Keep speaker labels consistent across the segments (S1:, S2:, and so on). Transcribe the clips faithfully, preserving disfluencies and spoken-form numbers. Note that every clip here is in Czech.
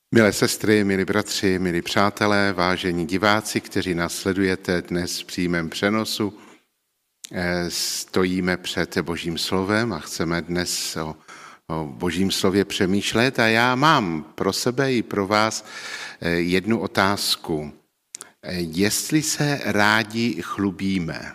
S1: Milé sestry, milí bratři, milí přátelé, vážení diváci, kteří nás sledujete dnes v přímém přenosu, stojíme před Božím slovem a chceme dnes o, o Božím slově přemýšlet a já mám pro sebe i pro vás jednu otázku. Jestli se rádi chlubíme?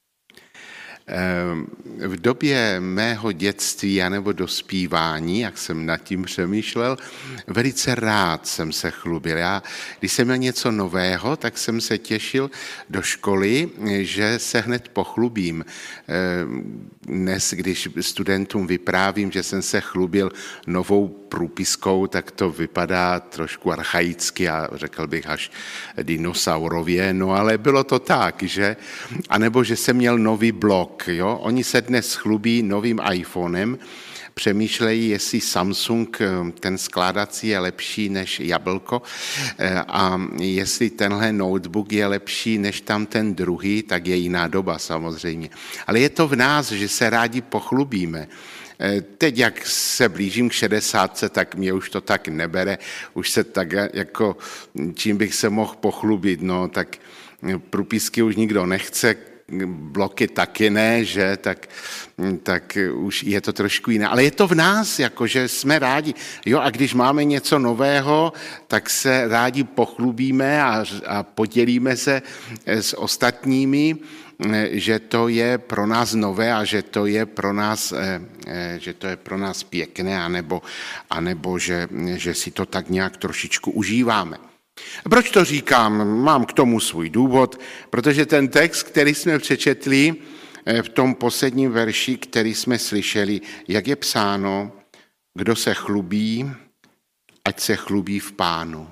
S1: V době mého dětství anebo dospívání, jak jsem nad tím přemýšlel, velice rád jsem se chlubil. Já, když jsem měl něco nového, tak jsem se těšil do školy, že se hned pochlubím. Dnes, když studentům vyprávím, že jsem se chlubil novou průpiskou, tak to vypadá trošku archaicky a řekl bych až dinosaurově, no ale bylo to tak, že? A nebo že jsem měl nový blog, jo? Oni se dnes chlubí novým iPhonem, přemýšlejí, jestli Samsung, ten skládací, je lepší než jablko a jestli tenhle notebook je lepší než tam ten druhý, tak je jiná doba samozřejmě. Ale je to v nás, že se rádi pochlubíme. Teď, jak se blížím k šedesátce, tak mě už to tak nebere, už se tak jako, čím bych se mohl pochlubit, no, tak průpisky už nikdo nechce, bloky taky ne, že, tak, tak už je to trošku jiné. Ale je to v nás, jako, že jsme rádi. Jo, a když máme něco nového, tak se rádi pochlubíme a, a podělíme se s ostatními, že to je pro nás nové a že to je pro nás, že to je pro nás pěkné, anebo, anebo že, že si to tak nějak trošičku užíváme. Proč to říkám? Mám k tomu svůj důvod, protože ten text, který jsme přečetli v tom posledním verši, který jsme slyšeli, jak je psáno, kdo se chlubí, ať se chlubí v Pánu.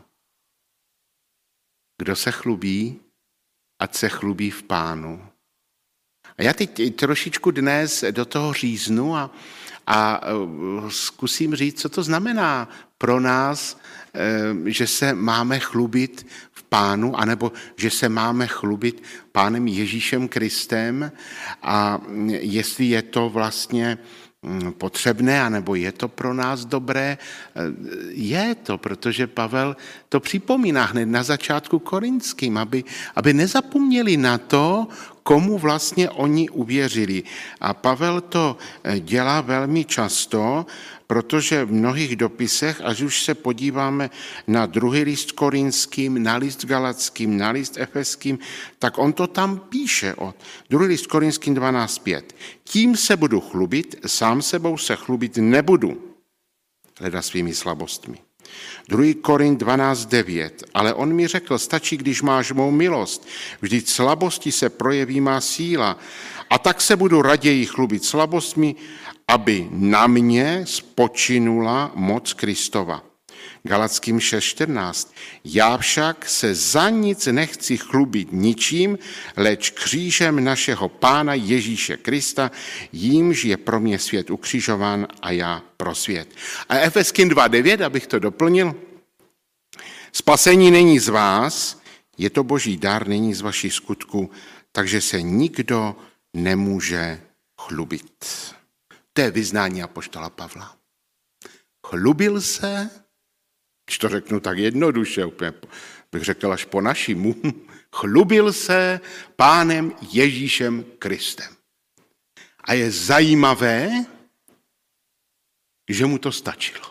S1: Kdo se chlubí, ať se chlubí v Pánu. A já teď trošičku dnes do toho říznu a, a zkusím říct, co to znamená pro nás, že se máme chlubit v Pánu, anebo že se máme chlubit Pánem Ježíšem Kristem a jestli je to vlastně potřebné, anebo je to pro nás dobré. Je to, protože Pavel to připomíná hned na začátku Korinským, aby, aby nezapomněli na to, komu vlastně oni uvěřili. A Pavel to dělá velmi často, protože v mnohých dopisech, až už se podíváme na druhý list Korinským, na list Galackým, na list Efeským, tak on to tam píše. O druhý list Korinským dvanáct pět. Tím se budu chlubit, sám sebou se chlubit nebudu, hleda svými slabostmi. druhý Korint dvanáct devět. Ale on mi řekl, stačí, když máš mou milost, vždyť slabosti se projeví má síla. A tak se budu raději chlubit slabostmi, aby na mě spočinula moc Kristova. Galackým šest čtrnáct. Já však se za nic nechci chlubit ničím, leč křížem našeho Pána Ježíše Krista, jímž je pro mě svět ukřižován a já pro svět. A Efeským dva devět, abych to doplnil, spasení není z vás, je to boží dar, není z vašich skutků, takže se nikdo nemůže chlubit. To je vyznání apoštola Pavla. Chlubil se, když to řeknu tak jednoduše, úplně bych řekl až po našimu, chlubil se Pánem Ježíšem Kristem. A je zajímavé, že mu to stačilo.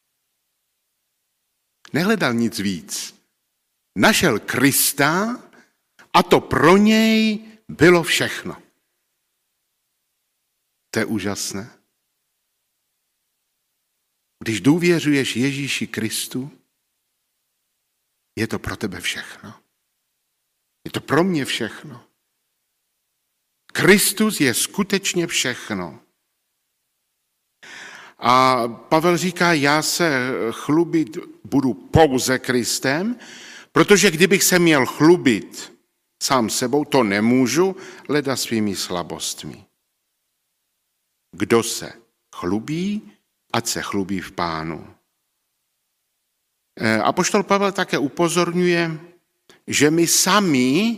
S1: Nehledal nic víc. Našel Krista a to pro něj bylo všechno. To je úžasné. Když důvěřuješ Ježíši Kristu, je to pro tebe všechno. Je to pro mě všechno. Kristus je skutečně všechno. A Pavel říká, já se chlubit budu pouze Kristem, protože kdybych se měl chlubit sám sebou, to nemůžu, leda svými slabostmi. Kdo se chlubí, ať se chlubí v Pánu. Apoštol Pavel také upozorňuje, že my sami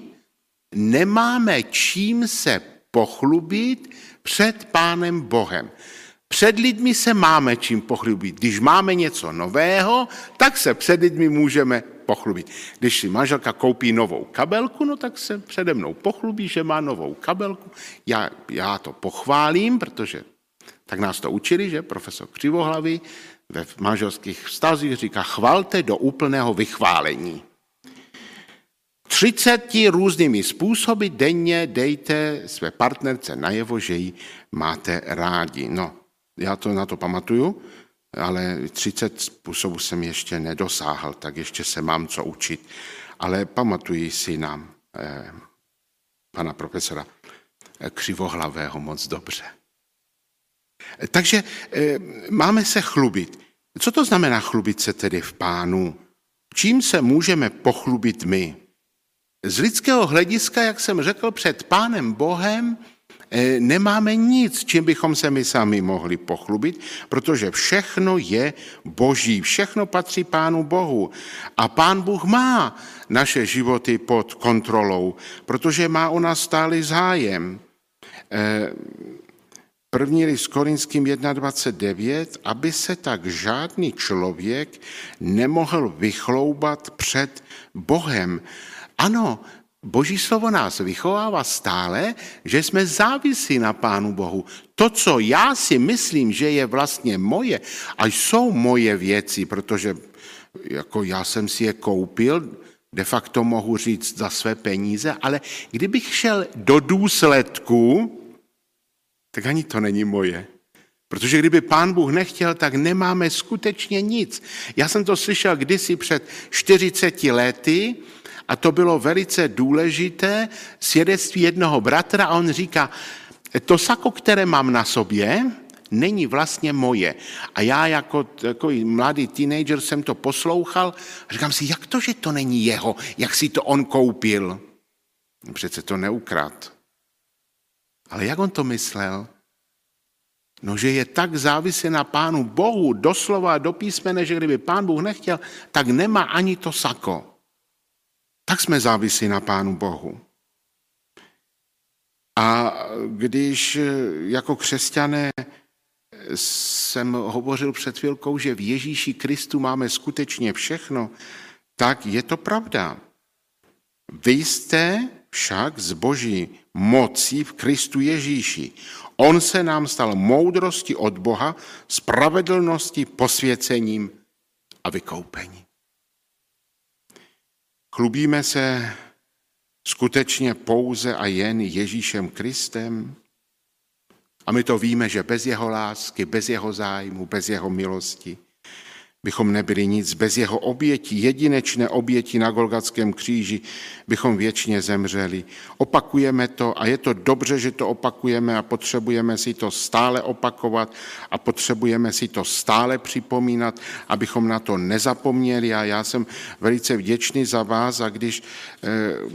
S1: nemáme čím se pochlubit před Pánem Bohem. před lidmi se máme čím pochlubit. Když máme něco nového, tak se před lidmi můžeme pochlubit. Když si manželka koupí novou kabelku, no tak se přede mnou pochlubí, že má novou kabelku. Já, já to pochválím, protože tak nás to učili, že profesor Křivohlavý ve manželských vztazích říká, chvalte do úplného vychválení. třiceti různými způsoby denně dejte své partnerce najevo, že ji máte rádi. No, já to na to pamatuju, ale třicet způsobů jsem ještě nedosáhl, tak ještě se mám co učit. Ale pamatuji si na eh, pana profesora Křivohlavého moc dobře. Takže eh, máme se chlubit. Co to znamená chlubit se tedy v Pánu? Čím se můžeme pochlubit my? Z lidského hlediska, jak jsem řekl, před Pánem Bohem nemáme nic, čím bychom se my sami mohli pochlubit, protože všechno je Boží, všechno patří Pánu Bohu. A Pán Bůh má naše životy pod kontrolou, protože má o nás stálý zájem. První list Korinským dvacet jedna devět, aby se tak žádný člověk nemohl vychloubat před Bohem. Ano, Boží slovo nás vychovává stále, že jsme závisí na Pánu Bohu. To, co já si myslím, že je vlastně moje, a jsou moje věci, protože jako já jsem si je koupil, de facto mohu říct za své peníze, ale kdybych šel do důsledku, tak ani to není moje. Protože kdyby Pán Bůh nechtěl, tak nemáme skutečně nic. Já jsem to slyšel kdysi před čtyřiceti lety, a to bylo velice důležité svědectví jednoho bratra a on říká, to sako, které mám na sobě, není vlastně moje. A já jako takový mladý teenager jsem to poslouchal a říkám si, jak to, že to není jeho, jak si to on koupil? Přece to neukrad. Ale jak on to myslel? No, že je tak závislý na Pánu Bohu, doslova do písmene, že kdyby Pán Bůh nechtěl, tak nemá ani to sako. Tak jsme závislí na Pánu Bohu. A když jako křesťané jsem hovořil před chvilkou, že v Ježíši Kristu máme skutečně všechno, tak je to pravda. Vy jste však z Boží mocí v Kristu Ježíši. On se nám stal moudrostí od Boha, spravedlností, posvěcením a vykoupením. Chlubíme se skutečně pouze a jen Ježíšem Kristem? A my to víme, že bez jeho lásky, bez jeho zájmu, bez jeho milosti bychom nebyli nic, bez jeho oběti, jedinečné oběti na Golgatském kříži bychom věčně zemřeli. Opakujeme to a je to dobře, že to opakujeme a potřebujeme si to stále opakovat a potřebujeme si to stále připomínat, abychom na to nezapomněli a já jsem velice vděčný za vás a když eh,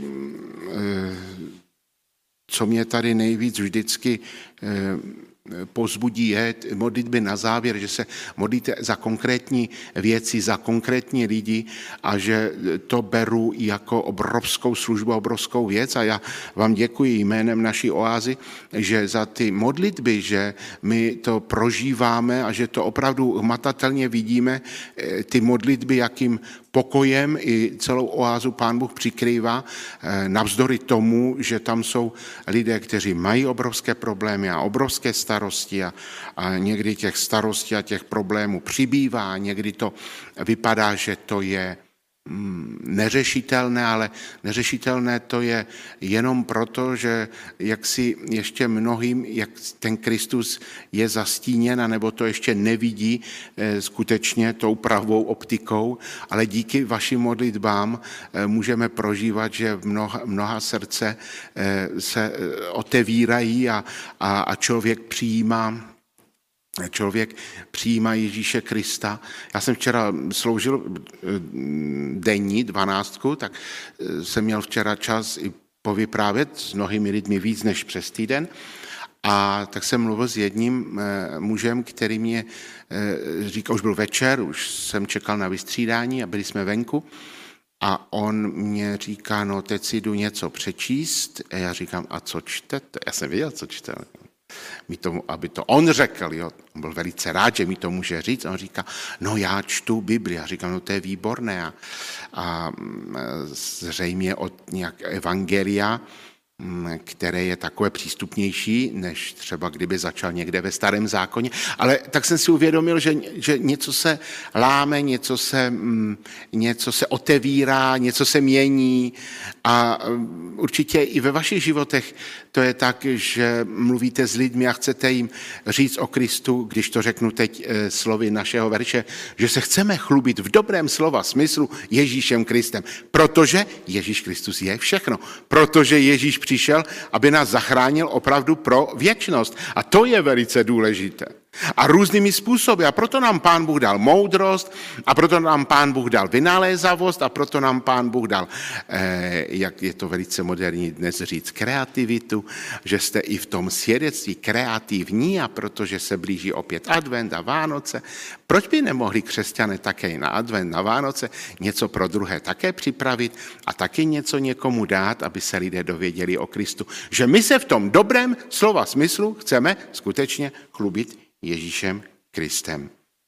S1: eh, co mě tady nejvíc vždycky eh, pozbudí je modlitby na závěr, že se modlíte za konkrétní věci, za konkrétní lidi a že to beru jako obrovskou službu, obrovskou věc a já vám děkuji jménem naší oázy, že za ty modlitby, že my to prožíváme a že to opravdu hmatatelně vidíme, ty modlitby, jakým pokojem i celou oázu Pán Bůh přikrývá, navzdory tomu, že tam jsou lidé, kteří mají obrovské problémy a obrovské starosti a, a někdy těch starostí a těch problémů přibývá, někdy to vypadá, že to je neřešitelné, ale neřešitelné to je jenom proto, že jak si ještě mnohým, jak ten Kristus je zastíněn, nebo to ještě nevidí skutečně tou pravou optikou, ale díky vašim modlitbám můžeme prožívat, že mnoha, mnoha srdce se otevírají a, a, a člověk přijímá Člověk přijímá Ježíše Krista. Já jsem včera sloužil denní dvanáctku, tak jsem měl včera čas i povyprávět s mnohými lidmi víc než přes týden. A tak jsem mluvil s jedním mužem, který mě říkal, už byl večer, už jsem čekal na vystřídání a byli jsme venku. A on mě říká, no teď si jdu něco přečíst. A já říkám, a co čtete? Já jsem věděl, co čtete. mi to, aby to on řekl. Jo. On byl velice rád, že mi to může říct. On říká, no já čtu Bibli. Já říkám, no to je výborné. A, a zřejmě od nějak evangelia, které je takové přístupnější, než třeba kdyby začal někde ve Starém zákoně. Ale tak jsem si uvědomil, že, že něco se láme, něco se, něco se otevírá, něco se mění a určitě i ve vašich životech to je tak, že mluvíte s lidmi a chcete jim říct o Kristu, když to řeknu teď slovy našeho verše, že se chceme chlubit v dobrém slova smyslu Ježíšem Kristem, protože Ježíš Kristus je všechno, protože Ježíš přišel, aby nás zachránil opravdu pro věčnost. A to je velice důležité. A různými způsoby. A proto nám Pán Bůh dal moudrost, a proto nám Pán Bůh dal vynalézavost, a proto nám Pán Bůh dal, eh, jak je to velice moderní dnes říct, kreativitu, že jste i v tom svědectví kreativní, a protože se blíží opět advent a Vánoce. Proč by nemohli křesťané také na advent, na Vánoce něco pro druhé také připravit a taky něco někomu dát, aby se lidé dověděli o Kristu? Že my se v tom dobrém slova smyslu chceme skutečně chlubit Ježíšem Kristem.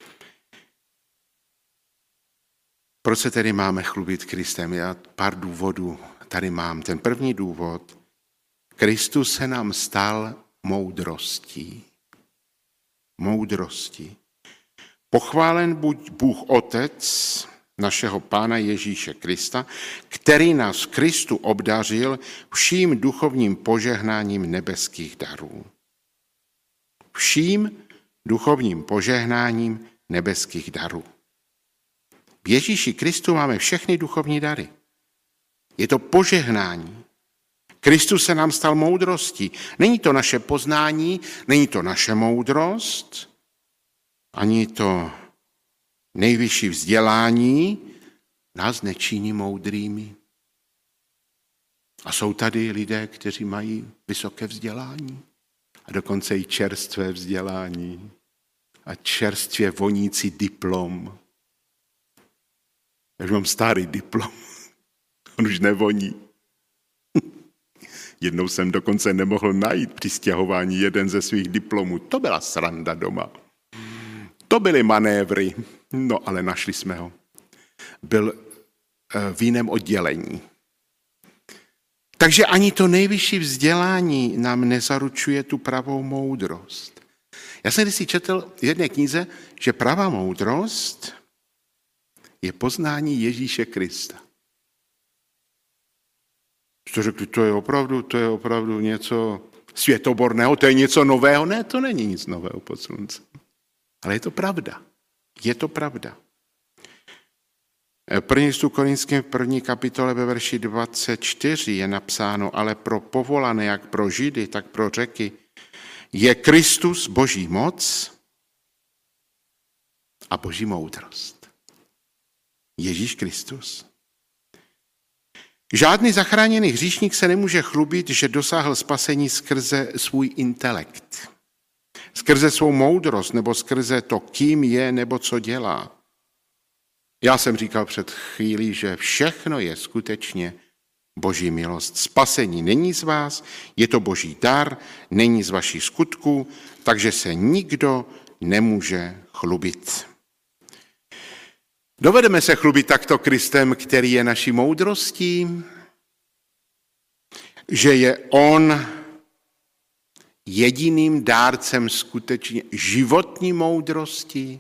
S1: Proč se tedy máme chlubit Kristem? Já pár důvodů tady mám. Ten první důvod. Kristus se nám stal moudrostí. Moudrostí. Pochválen buď Bůh Otec našeho Pána Ježíše Krista, který nás v Kristu obdařil vším duchovním požehnáním nebeských darů. Vším duchovním požehnáním nebeských darů. V Ježíši Kristu máme všechny duchovní dary. Je to požehnání. Kristus se nám stal moudrostí. Není to naše poznání, není to naše moudrost, ani to nejvyšší vzdělání nás nečiní moudrými. A jsou tady lidé, kteří mají vysoké vzdělání a dokonce i čerstvé vzdělání a čerstvě vonící diplom. Já už mám starý diplom, on už nevoní. Jednou jsem dokonce nemohl najít při stěhování jeden ze svých diplomů. To byla sranda doma. To byly manévry, no ale našli jsme ho. Byl v jiném oddělení. Takže ani to nejvyšší vzdělání nám nezaručuje tu pravou moudrost. Já jsem když si četl v jedné knize, že pravá moudrost je poznání Ježíše Krista. To řekli, to je opravdu, to je opravdu něco světoborného, to je něco nového. Ne, to není nic nového pod sluncem. Ale je to pravda. Je to pravda. První listu Korinským v první kapitole ve verši dvacet čtyři je napsáno, ale pro povolané, jak pro Židy, tak pro Řeky, je Kristus Boží moc a Boží moudrost. Ježíš Kristus. Žádný zachráněný hříšník se nemůže chlubit, že dosáhl spasení skrze svůj intelekt, skrze svou moudrost nebo skrze to, kým je nebo co dělá. Já jsem říkal před chvílí, že všechno je skutečně Boží milost. Spasení není z vás, je to Boží dar, není z vašich skutků, takže se nikdo nemůže chlubit. Dovedeme se chlubit takto Kristem, který je naší moudrostí, že je on jediným dárcem skutečně životní moudrosti.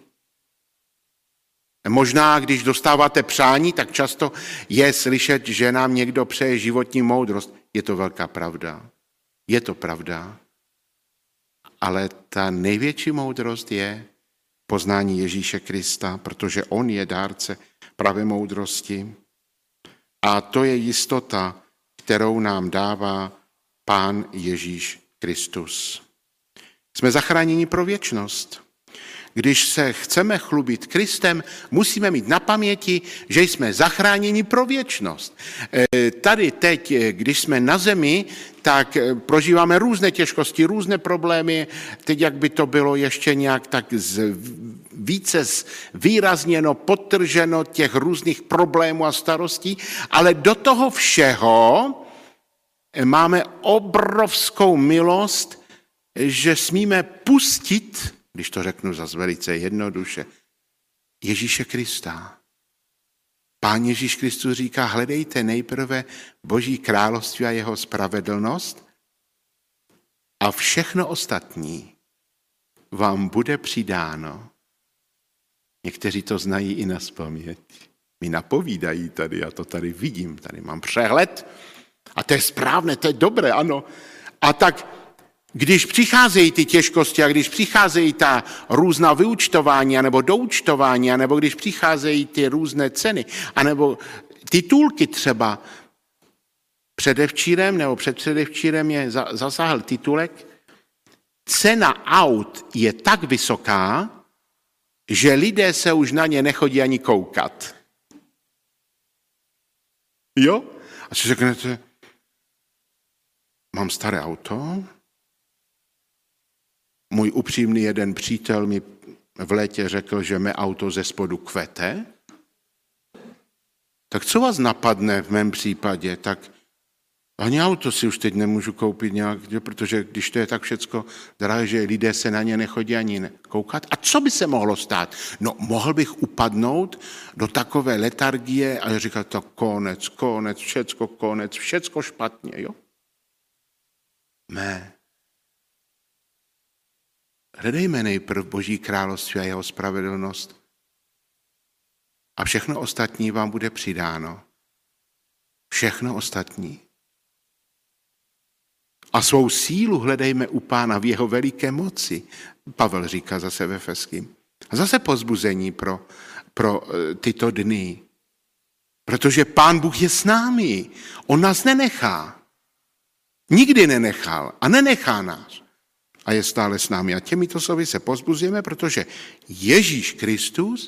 S1: Možná, když dostáváte přání, tak často je slyšet, že nám někdo přeje životní moudrost. Je to velká pravda. Je to pravda. Ale ta největší moudrost je poznání Ježíše Krista, protože on je dárce pravé moudrosti. A to je jistota, kterou nám dává Pán Ježíš Kristus. Jsme zachráněni pro věčnost. Když se chceme chlubit Kristem, musíme mít na paměti, že jsme zachráněni pro věčnost. Tady teď, když jsme na zemi, tak prožíváme různé těžkosti, různé problémy. Teď, jak by to bylo ještě nějak tak z, více výrazněno, podtrženo těch různých problémů a starostí, ale do toho všeho máme obrovskou milost že smíme pustit, když to řeknu zase velice jednoduše, Ježíše Krista. Pán Ježíš Kristus říká, hledejte nejprve Boží království a jeho spravedlnost a všechno ostatní vám bude přidáno. Někteří to znají i nazpaměť. Mi napovídají tady, já to tady vidím, tady mám přehled a to je správné, to je dobré, ano. A tak, když přicházejí ty těžkosti a když přicházejí ta různá vyúčtování nebo doučtování, nebo když přicházejí ty různé ceny, anebo titulky třeba, předevčírem nebo předpředevčírem je zasáhl titulek, cena aut je tak vysoká, že lidé se už na ně nechodí ani koukat. Jo? A si řeknete, mám staré auto, můj upřímný jeden přítel mi v létě řekl, že mé auto ze spodu kvete. Tak co vás napadne v mém případě? Tak ani auto si už teď nemůžu koupit nějak, protože když to je tak všecko drahé, že lidé se na ně nechodí ani koukat. A co by se mohlo stát? No, mohl bych upadnout do takové letargie a říkat to konec, konec, všecko konec, všecko špatně, jo? Ne. Hledejme nejprv Boží království a jeho spravedlnost a všechno ostatní vám bude přidáno. Všechno ostatní. A svou sílu hledejme u Pána v jeho veliké moci. Pavel říká zase ve Efeským. A zase povzbuzení pro, pro tyto dny. Protože Pán Bůh je s námi. On nás nenechá. Nikdy nenechal a nenechá nás. A je stále s námi. A těmito slovy se povzbuzujeme, protože Ježíš Kristus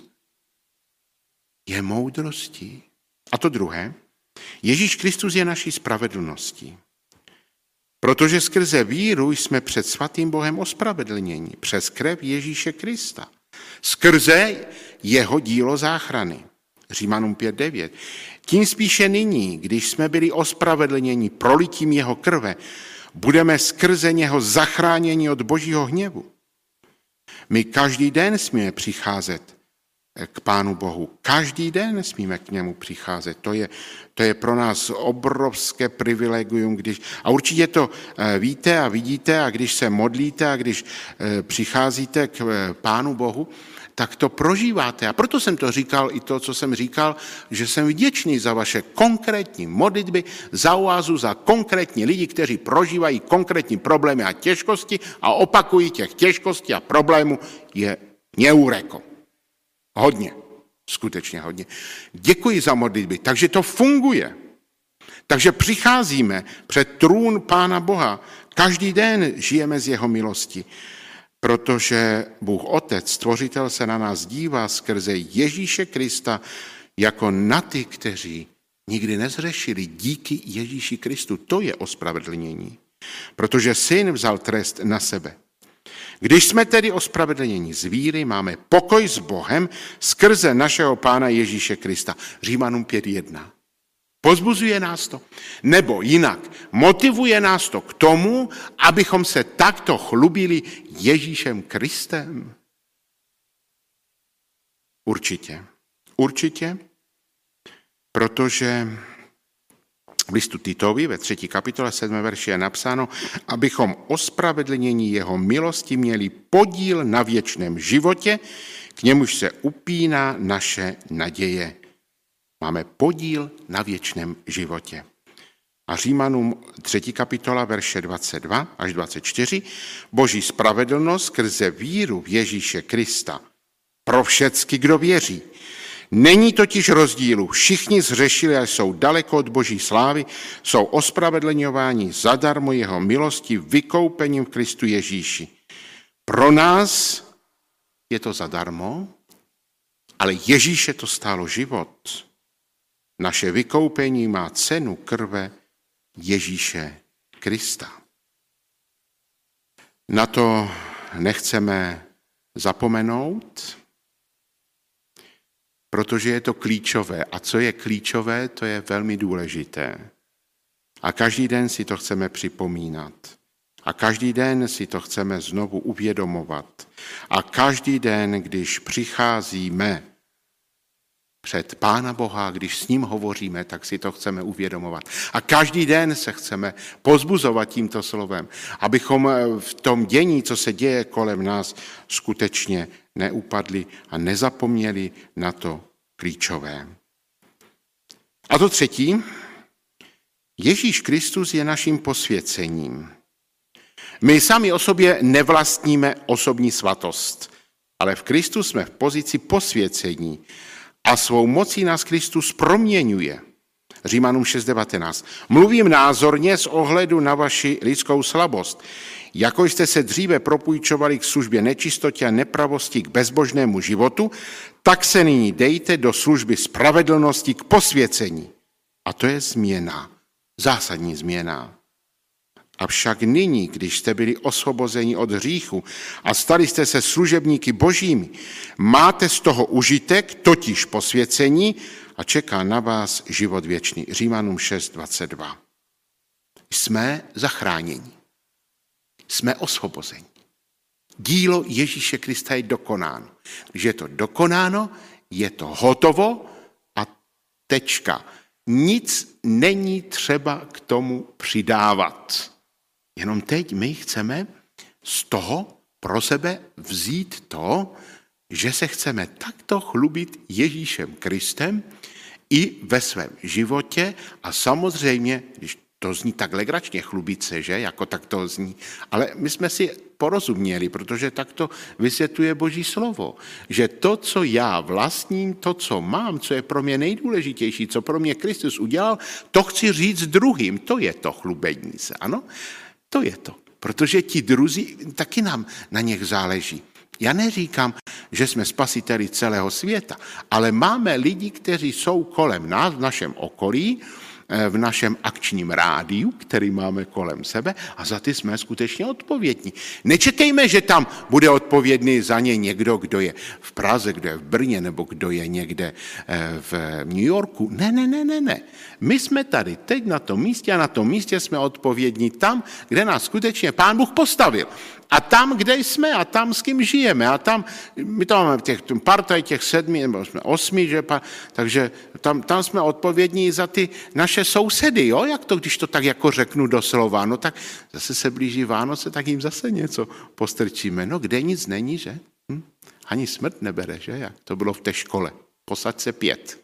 S1: je moudrostí. A to druhé. Ježíš Kristus je naší spravedlností. Protože skrze víru jsme před svatým Bohem ospravedlněni. Přes krev Ježíše Krista. Skrze jeho dílo záchrany. Římanům pět devět. Tím spíše nyní, když jsme byli ospravedlněni prolitím jeho krve, budeme skrze něho zachráněni od Božího hněvu. My každý den smíme přicházet k Pánu Bohu. Každý den smíme k němu přicházet. To je, to je pro nás obrovské privilegium. Když, a určitě to víte a vidíte, a když se modlíte a když přicházíte k Pánu Bohu, tak to prožíváte. A proto jsem to říkal i to, co jsem říkal, že jsem vděčný za vaše konkrétní modlitby, za oázu, za konkrétní lidi, kteří prožívají konkrétní problémy a těžkosti a opakují těch těžkostí a problémů je neúreko. Hodně, skutečně hodně. Děkuji za modlitby, takže to funguje. Takže přicházíme před trůn Pána Boha. Každý den žijeme z jeho milosti. Protože Bůh Otec, Stvořitel, se na nás dívá skrze Ježíše Krista jako na ty, kteří nikdy nezřešili díky Ježíši Kristu. To je ospravedlnění. Protože Syn vzal trest na sebe. Když jsme tedy ospravedlněni z víry, máme pokoj s Bohem skrze našeho Pána Ježíše Krista. Římanům pět jedna. Pozbuzuje nás to? Nebo jinak, motivuje nás to k tomu, abychom se takto chlubili Ježíšem Kristem? Určitě. Určitě, protože v listu Titovi ve třetí kapitole sedmé verši je napsáno, abychom ospravedlnění jeho milosti měli podíl na věčném životě, k němuž se upíná naše naděje. Máme podíl na věčném životě. A Římanům třetí kapitola, verše dvacet dva až dvacet čtyři. Boží spravedlnost skrze víru v Ježíše Krista pro všecky, kdo věří. Není totiž rozdílu. Všichni zřešili a jsou daleko od Boží slávy, jsou ospravedlňováni zadarmo jeho milosti vykoupením v Kristu Ježíši. Pro nás je to zadarmo, ale Ježíše to stálo život. Naše vykoupení má cenu krve Ježíše Krista. Na to nechceme zapomenout, protože je to klíčové. A co je klíčové, to je velmi důležité. A každý den si to chceme připomínat. A každý den si to chceme znovu uvědomovat. A každý den, když přicházíme před Pána Boha, když s ním hovoříme, tak si to chceme uvědomovat. A každý den se chceme pozbuzovat tímto slovem, abychom v tom dění, co se děje kolem nás, skutečně neupadli a nezapomněli na to klíčové. A to třetí, Ježíš Kristus je naším posvěcením. My sami o sobě nevlastníme osobní svatost, ale v Kristu jsme v pozici posvěcení a svou mocí nás Kristus proměňuje. Římanům šest devatenáct. Mluvím názorně z ohledu na vaši lidskou slabost. Jako jste se dříve propůjčovali k službě nečistotě a nepravosti k bezbožnému životu, tak se nyní dejte do služby spravedlnosti k posvěcení. A to je změna, zásadní změna. Avšak nyní, když jste byli osvobozeni od hříchu a stali jste se služebníky božími, máte z toho užitek, totiž posvěcení, a čeká na vás život věčný. Římanům šest dvacet dva. Jsme zachráněni. Jsme osvobozeni. Dílo Ježíše Krista je dokonáno. Když je to dokonáno, je to hotovo a tečka. Nic není třeba k tomu přidávat. Jenom teď my chceme z toho pro sebe vzít to, že se chceme takto chlubit Ježíšem Kristem i ve svém životě a samozřejmě, když to zní tak legračně chlubit se, že, jako tak to zní, ale my jsme si porozuměli, protože tak to vysvětluje Boží slovo, že to, co já vlastním, to, co mám, co je pro mě nejdůležitější, co pro mě Kristus udělal, to chci říct druhým, to je to chlubení se, ano? To je to, protože ti druzí, taky nám na něch záleží. Já neříkám, že jsme spasiteli celého světa, ale máme lidi, kteří jsou kolem nás, v našem okolí, v našem akčním rádiu, který máme kolem sebe a za ty jsme skutečně odpovědní. Nečekejme, že tam bude odpovědný za ně někdo, kdo je v Praze, kdo je v Brně nebo kdo je někde v New Yorku. Ne, ne, ne, ne, ne. My jsme tady teď na tom místě a na tom místě jsme odpovědní tam, kde nás skutečně Pán Bůh postavil. A tam, kde jsme a tam, s kým žijeme. A tam, my tam máme těch partaj, těch sedmi, nebo jsme osmi, že, takže tam, tam jsme odpovědní za ty naše sousedy, jo? Jak to, když to tak jako řeknu doslova, no tak zase se blíží Vánoce, tak jim zase něco postrčíme. No kde nic není, že? Hm? Ani smrt nebere, že? Jak to bylo v té škole. Posaď se pět.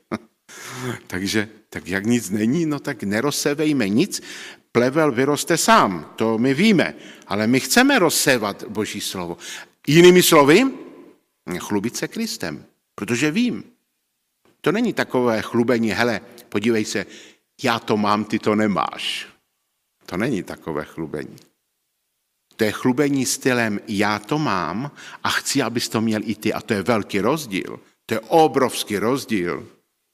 S1: Takže tak jak nic není, no tak nerozsevejme nic, plevel vyroste sám, to my víme, ale my chceme rozsévat Boží slovo. Jinými slovy, chlubit se Kristem, protože vím. To není takové chlubení, hele, podívej se, já to mám, ty to nemáš. To není takové chlubení. To je chlubení stylem já to mám a chci, abys to měl i ty. A to je velký rozdíl. To je obrovský rozdíl.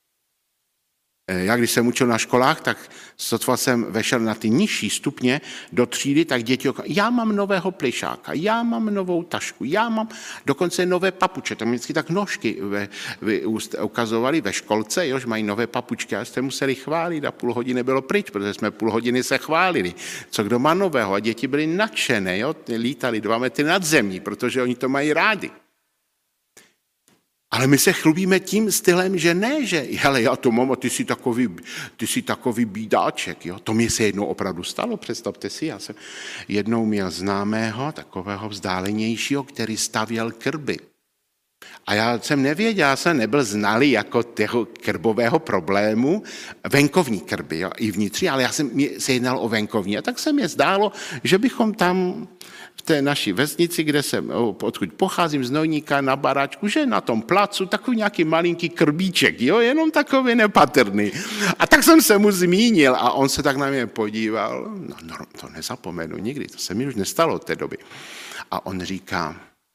S1: Já když jsem učil na školách, tak sotva jsem vešel na ty nižší stupně do třídy, tak děti okolo, já mám nového plišáka, já mám novou tašku, já mám dokonce nové papuče. Tam vždycky tak nožky ve, ve, ukazovali ve školce, jož mají nové papučky a jste museli chválit a půl hodiny bylo pryč, protože jsme půl hodiny se chválili, co kdo má nového. A děti byly nadšené, jo? Lítali dva metry nad zemí, protože oni to mají rádi. Ale my se chlubíme tím stylem, že ne, že hele, já to mám a ty jsi takový, ty jsi takový bídáček. Jo? To mi se jednou opravdu stalo, představte si. Já jsem jednou měl známého, takového vzdálenějšího, který stavěl krby. A já jsem nevěděl, já jsem nebyl znalý jako toho krbového problému, venkovní krby, jo? I vnitřní, ale já jsem se jednal o venkovní. A tak se mi zdálo, že bychom tam v té naší vesnici, kde jsem, odkud pocházím z Nojníka na baráčku, že na tom placu takový nějaký malinký krbíček, jo, jenom takový nepatrný. A tak jsem se mu zmínil a on se tak na mě podíval, no, no to nezapomenu nikdy, to se mi už nestalo od té doby. A on říká,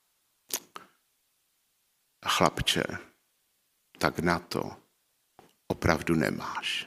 S1: chlapče, tak na to opravdu nemáš.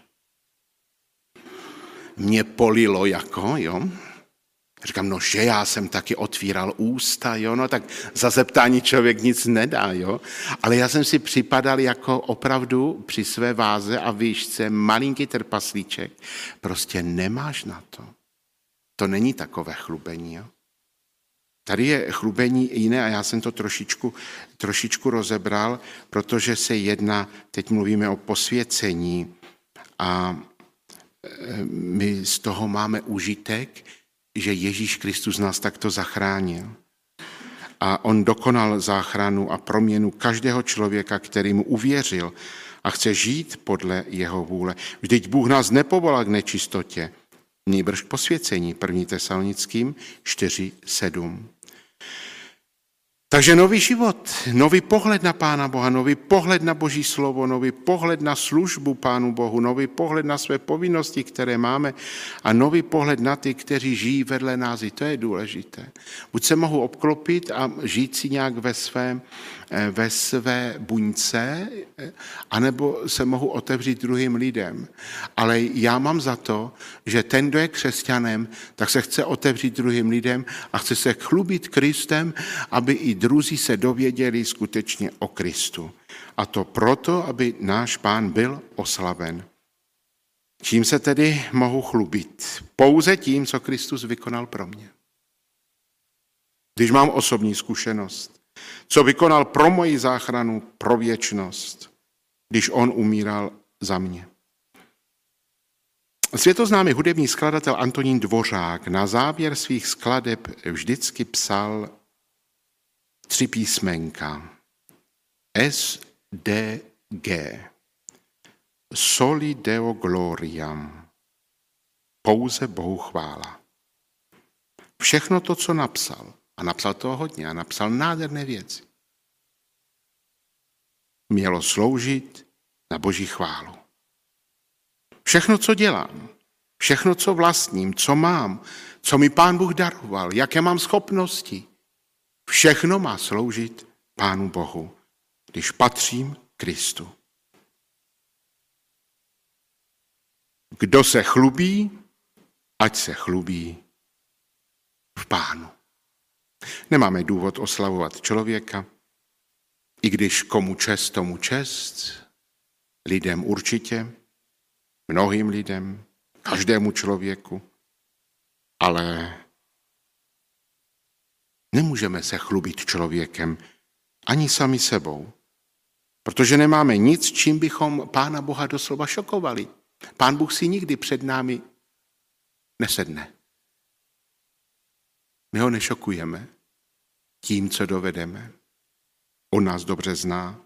S1: Mě polilo jako, jo. Říkám, no, že já jsem taky otvíral ústa, jo, no tak za zeptání člověk nic nedá, jo. Ale já jsem si připadal jako opravdu při své váze a výšce malinký trpaslíček. Prostě nemáš na to. to není takové chlubení. Jo? Tady je chlubení jiné a já jsem to trošičku, trošičku rozebral, protože se jedná, teď mluvíme o posvěcení a my z toho máme užitek, že Ježíš Kristus nás takto zachránil. A on dokonal záchranu a proměnu každého člověka, který mu uvěřil a chce žít podle jeho vůle. Vždyť Bůh nás nepovolal k nečistotě, nýbrž k posvěcení. první Tesalonickým čtyři sedm. Takže nový život, nový pohled na Pána Boha, nový pohled na Boží slovo, nový pohled na službu Pánu Bohu, nový pohled na své povinnosti, které máme a nový pohled na ty, kteří žijí vedle nás. I to je důležité. Buď se mohu obklopit a žít si nějak ve své, ve své buňce, anebo se mohu otevřít druhým lidem. Ale já mám za to, že ten, kdo je křesťanem, tak se chce otevřít druhým lidem a chce se chlubit Kristem, aby i druzí se dověděli skutečně o Kristu. A to proto, aby náš Pán byl oslaven. Čím se tedy mohu chlubit? Pouze tím, co Kristus vykonal pro mě. Když mám osobní zkušenost, co vykonal pro moji záchranu, pro věčnost, když on umíral za mě. Světoznámý hudební skladatel Antonín Dvořák na závěr svých skladeb vždycky psal tři písmenka. S, D, G. Soli Deo gloriam. Pouze Bohu chvála. Všechno to, co napsal, a napsal toho hodně, a napsal nádherné věci, mělo sloužit na Boží chválu. Všechno, co dělám, všechno, co vlastním, co mám, co mi Pán Bůh daroval, jaké mám schopnosti, všechno má sloužit Pánu Bohu, když patřím Kristu. Kdo se chlubí, ať se chlubí v Pánu. Nemáme důvod oslavovat člověka, i když komu čest, tomu čest, lidem určitě, mnohým lidem, každému člověku, ale nemůžeme se chlubit člověkem ani sami sebou, protože nemáme nic, čím bychom Pána Boha doslova šokovali. Pán Bůh si nikdy před námi nesedne. My ho nešokujeme tím, co dovedeme. On nás dobře zná.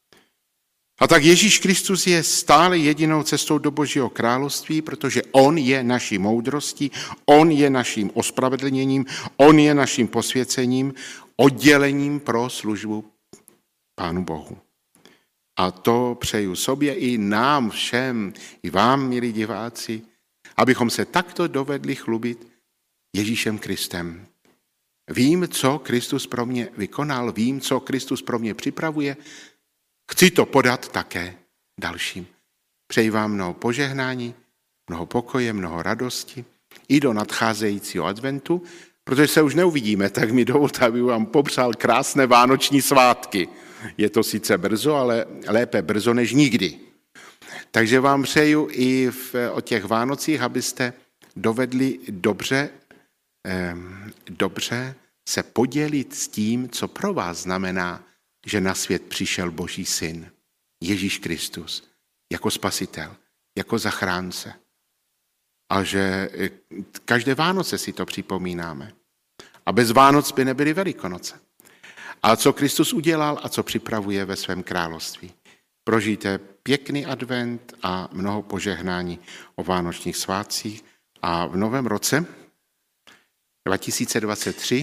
S1: A tak Ježíš Kristus je stále jedinou cestou do Božího království, protože on je naší moudrostí, on je naším ospravedlněním, on je naším posvěcením, oddělením pro službu Pánu Bohu. A to přeju sobě i nám všem, i vám, milí diváci, abychom se takto dovedli chlubit Ježíšem Kristem. Vím, co Kristus pro mě vykonal, vím, co Kristus pro mě připravuje. Chci to podat také dalším. Přeji vám mnoho požehnání, mnoho pokoje, mnoho radosti i do nadcházejícího adventu, protože se už neuvidíme, tak mi dovolte, abych vám popřál krásné vánoční svátky. Je to sice brzo, ale lépe brzo než nikdy. Takže vám přeju i v, o těch Vánocích, abyste dovedli dobře, eh, dobře se podělit s tím, co pro vás znamená, že na svět přišel Boží syn, Ježíš Kristus, jako spasitel, jako zachránce. A že každé Vánoce si to připomínáme. A bez Vánoc by nebyly Velikonoce. A co Kristus udělal a co připravuje ve svém království. Prožijte pěkný advent a mnoho požehnání o vánočních svátcích a v novém roce dva tisíce dvacet tři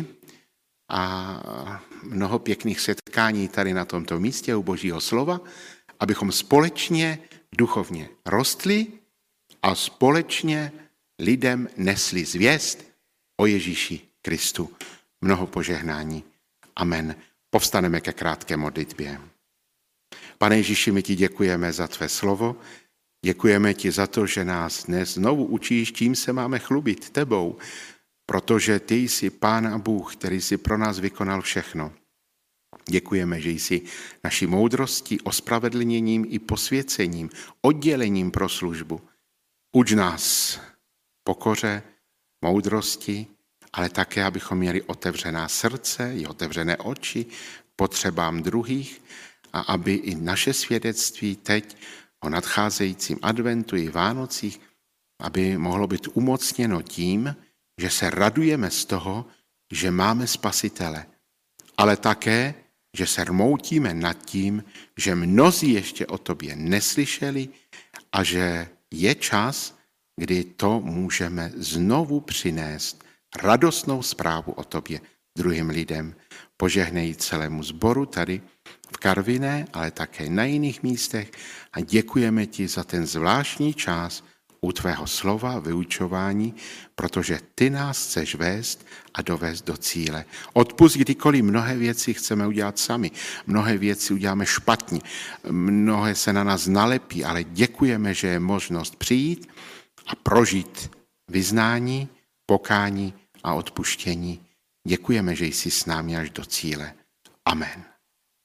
S1: a mnoho pěkných setkání tady na tomto místě u Božího slova, abychom společně duchovně rostli a společně lidem nesli zvěst o Ježíši Kristu. Mnoho požehnání. Amen. Povstaneme ke krátké modlitbě. Pane Ježíši, my ti děkujeme za tvé slovo. Děkujeme ti za to, že nás dnes znovu učíš, čím se máme chlubit tebou, protože ty jsi Pán a Bůh, který jsi pro nás vykonal všechno. Děkujeme, že jsi naší moudrostí, ospravedlněním i posvěcením, oddělením pro službu. Uč nás pokoře, moudrosti, ale také, abychom měli otevřená srdce i otevřené oči k potřebám druhých a aby i naše svědectví teď o nadcházejícím adventu i Vánocích, aby mohlo být umocněno tím, že se radujeme z toho, že máme Spasitele, ale také, že se rmoutíme nad tím, že mnozí ještě o tobě neslyšeli a že je čas, kdy to můžeme znovu přinést radostnou zprávu o tobě druhým lidem. Požehnej celému sboru tady v Karviné, ale také na jiných místech a děkujeme ti za ten zvláštní čas u tvého slova, vyučování, protože ty nás chceš vést a dovést do cíle. Odpusť, kdykoliv mnohé věci chceme udělat sami, mnohé věci uděláme špatně, mnohé se na nás nalepí, ale děkujeme, že je možnost přijít a prožít vyznání, pokání a odpuštění. Děkujeme, že jsi s námi až do cíle. Amen.